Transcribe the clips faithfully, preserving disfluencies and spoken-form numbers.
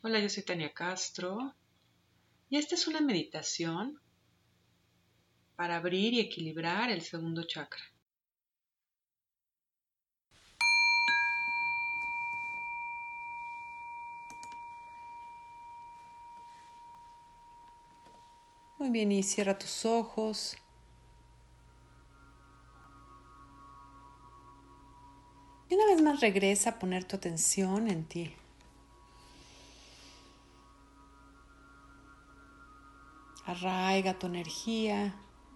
Hola, yo soy Tania Castro y esta es una meditación para abrir y equilibrar el segundo chakra. Muy bien, y cierra tus ojos. Y una vez más regresa a poner tu atención en ti. Arraiga tu energía.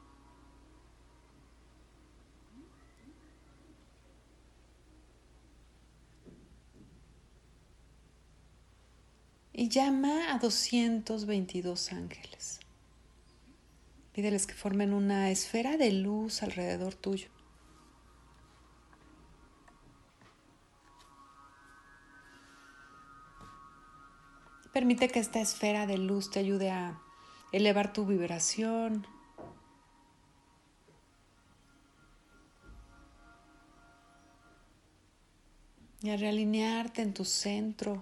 Y llama a doscientos veintidós ángeles. Pídeles que formen una esfera de luz alrededor tuyo. Permite que esta esfera de luz te ayude a elevar tu vibración, y a realinearte en tu centro.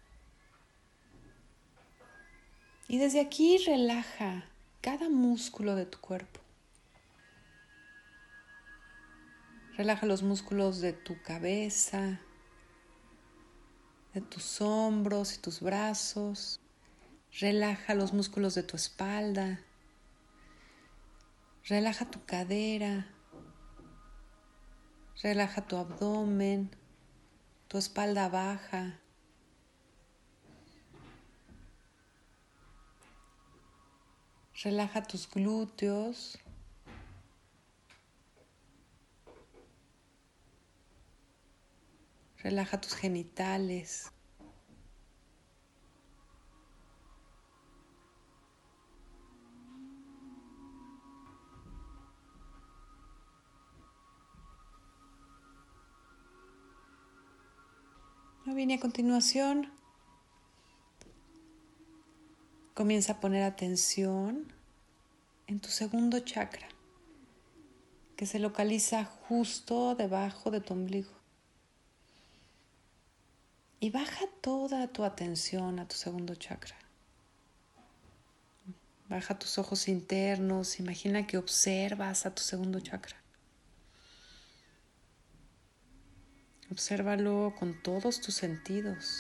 Y desde aquí relaja cada músculo de tu cuerpo. Relaja los músculos de tu cabeza, de tus hombros y tus brazos. Relaja los músculos de tu espalda. Relaja tu cadera. Relaja tu abdomen, tu espalda baja. Relaja tus glúteos. Relaja tus genitales. Muy bien, y a continuación comienza a poner atención en tu segundo chakra, que se localiza justo debajo de tu ombligo. Y baja toda tu atención a tu segundo chakra. Baja tus ojos internos, imagina que observas a tu segundo chakra. Obsérvalo con todos tus sentidos.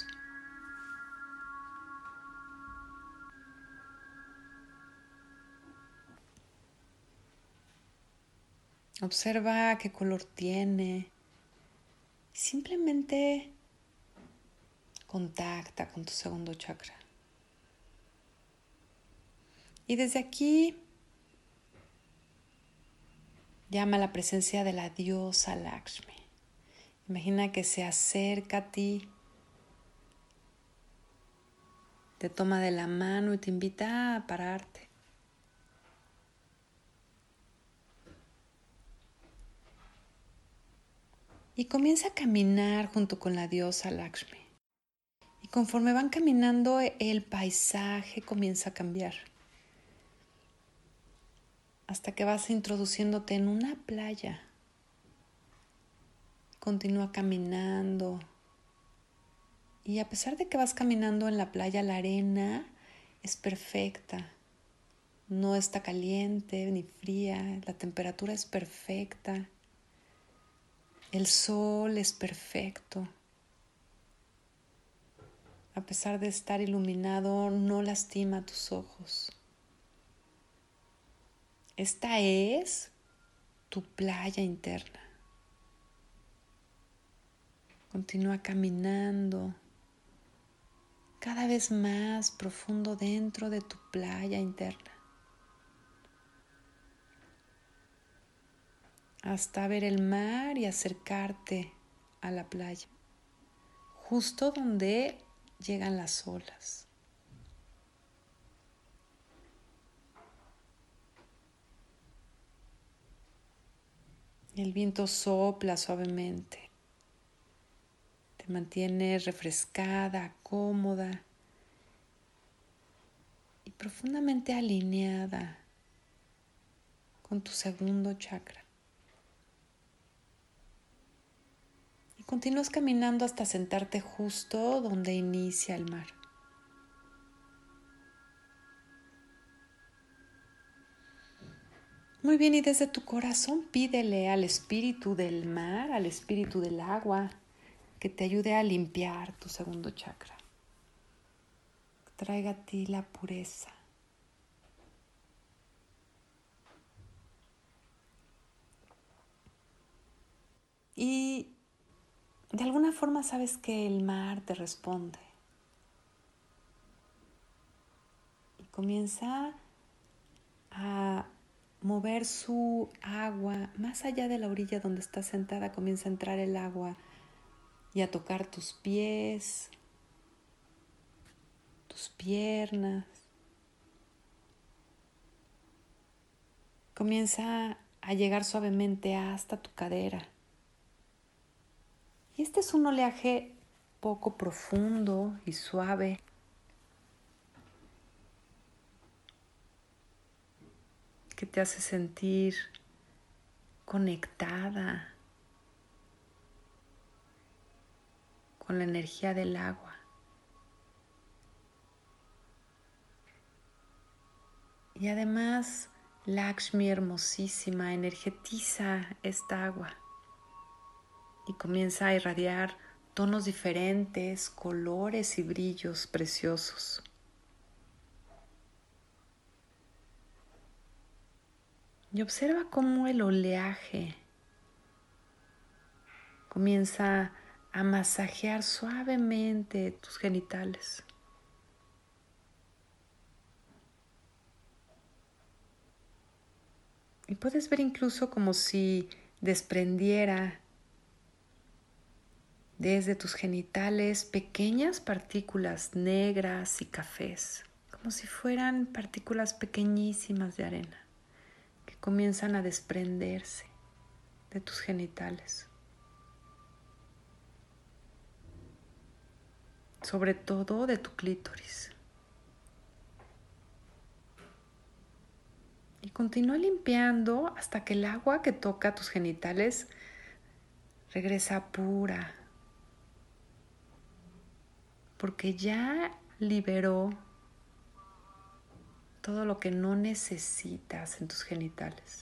Observa qué color tiene. Simplemente contacta con tu segundo chakra. Y desde aquí llama a la presencia de la diosa Lakshmi. Imagina que se acerca a ti, te toma de la mano y te invita a pararte. Y comienza a caminar junto con la diosa Lakshmi. Y conforme van caminando, el paisaje comienza a cambiar. Hasta que vas introduciéndote en una playa. Continúa caminando. Y a pesar de que vas caminando en la playa, la arena es perfecta. No está caliente ni fría. La temperatura es perfecta. El sol es perfecto. A pesar de estar iluminado, no lastima tus ojos. Esta es tu playa interna. Continúa caminando cada vez más profundo dentro de tu playa interna, hasta ver el mar y acercarte a la playa, justo donde llegan las olas. El viento sopla suavemente. Te mantienes refrescada, cómoda y profundamente alineada con tu segundo chakra. Y continúas caminando hasta sentarte justo donde inicia el mar. Muy bien, y desde tu corazón pídele al espíritu del mar, al espíritu del agua, que te ayude a limpiar tu segundo chakra. Que traiga a ti la pureza. Y de alguna forma sabes que el mar te responde. Y comienza a mover su agua más allá de la orilla donde estás sentada. Comienza a entrar el agua y a tocar tus pies, tus piernas. Comienza a llegar suavemente hasta tu cadera. Y este es un oleaje poco profundo y suave. Que te hace sentir conectada con la energía del agua. Y además, Lakshmi hermosísima energetiza esta agua y comienza a irradiar tonos diferentes, colores y brillos preciosos. Y observa cómo el oleaje comienza a masajear suavemente tus genitales. Y puedes ver incluso como si desprendiera desde tus genitales pequeñas partículas negras y cafés, como si fueran partículas pequeñísimas de arena que comienzan a desprenderse de tus genitales. Sobre todo de tu clítoris. Y continúa limpiando hasta que el agua que toca tus genitales regresa pura, porque ya liberó todo lo que no necesitas en tus genitales.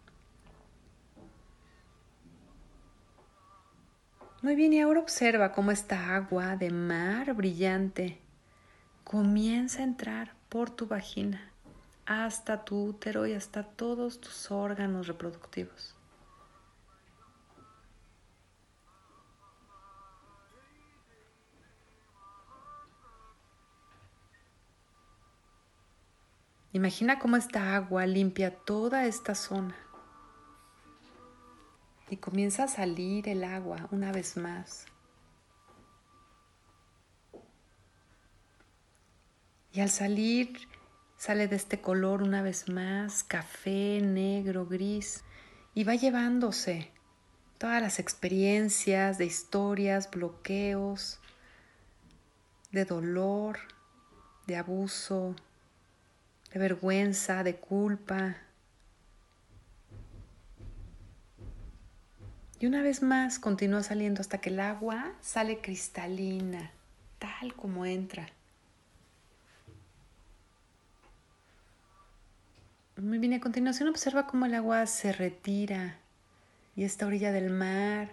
Muy bien, y ahora observa cómo esta agua de mar brillante comienza a entrar por tu vagina hasta tu útero y hasta todos tus órganos reproductivos. Imagina cómo esta agua limpia toda esta zona y comienza a salir el agua una vez más. Y al salir, sale de este color una vez más, café, negro, gris, y va llevándose todas las experiencias de historias, bloqueos, de dolor, de abuso, de vergüenza, de culpa. Y una vez más continúa saliendo hasta que el agua sale cristalina, tal como entra. Muy bien, a continuación observa cómo el agua se retira y esta orilla del mar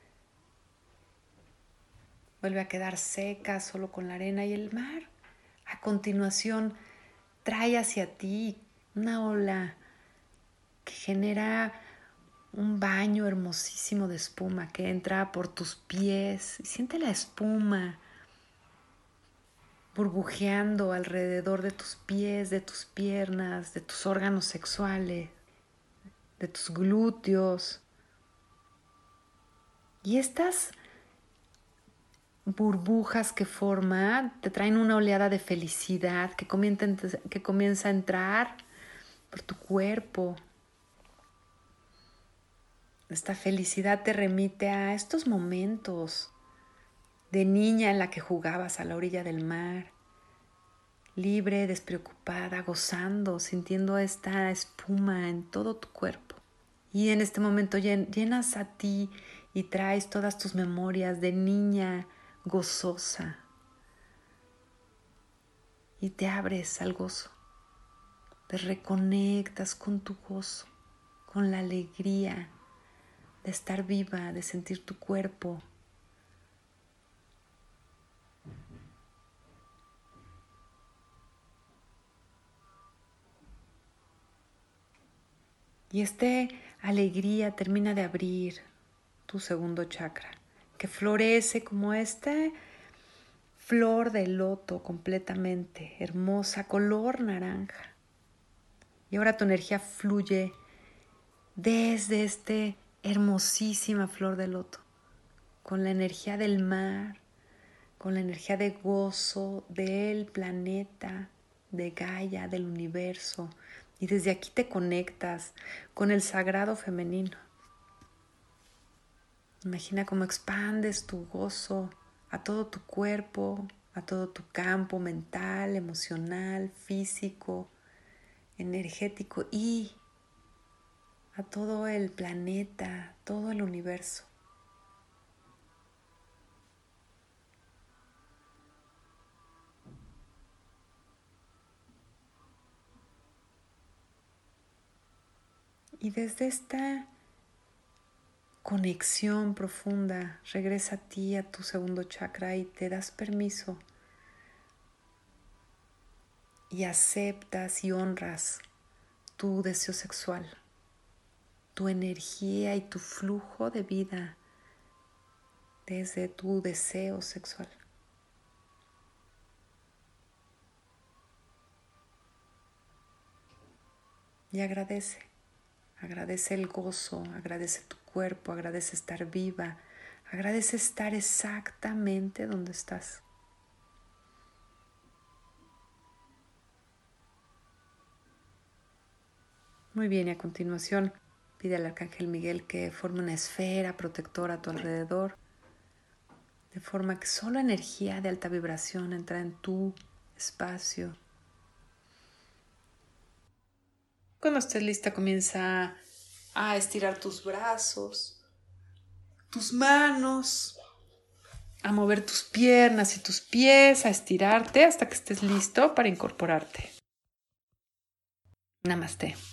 vuelve a quedar seca solo con la arena, y el mar a continuación trae hacia ti una ola que genera un baño hermosísimo de espuma que entra por tus pies y siente la espuma burbujeando alrededor de tus pies, de tus piernas, de tus órganos sexuales, de tus glúteos. Y estas burbujas que forma te traen una oleada de felicidad que comienza, que comienza a entrar por tu cuerpo. Esta felicidad te remite a estos momentos de niña en la que jugabas a la orilla del mar, libre, despreocupada, gozando, sintiendo esta espuma en todo tu cuerpo. Y en este momento llenas a ti y traes todas tus memorias de niña gozosa y te abres al gozo, te reconectas con tu gozo con la alegría de estar viva, de sentir tu cuerpo. Y esta alegría termina de abrir tu segundo chakra, que florece como esta flor de loto completamente hermosa, color naranja. Y ahora tu energía fluye desde esta hermosísima flor de loto, con la energía del mar, con la energía de gozo del planeta, de Gaia, del universo. Y desde aquí te conectas con el sagrado femenino. Imagina cómo expandes tu gozo a todo tu cuerpo, a todo tu campo mental, emocional, físico, energético y a todo el planeta, todo el universo. Y desde esta conexión profunda, regresa a ti, a tu segundo chakra y te das permiso y aceptas y honras tu deseo sexual, tu energía y tu flujo de vida desde tu deseo sexual. Y agradece, agradece el gozo, agradece tu cuerpo, agradece estar viva, agradece estar exactamente donde estás. Muy bien, y a continuación pide al Arcángel Miguel que forme una esfera protectora a tu alrededor, de forma que solo energía de alta vibración entra en tu espacio. Cuando estés lista, comienza a estirar tus brazos, tus manos, a mover tus piernas y tus pies, a estirarte hasta que estés listo para incorporarte. Namaste.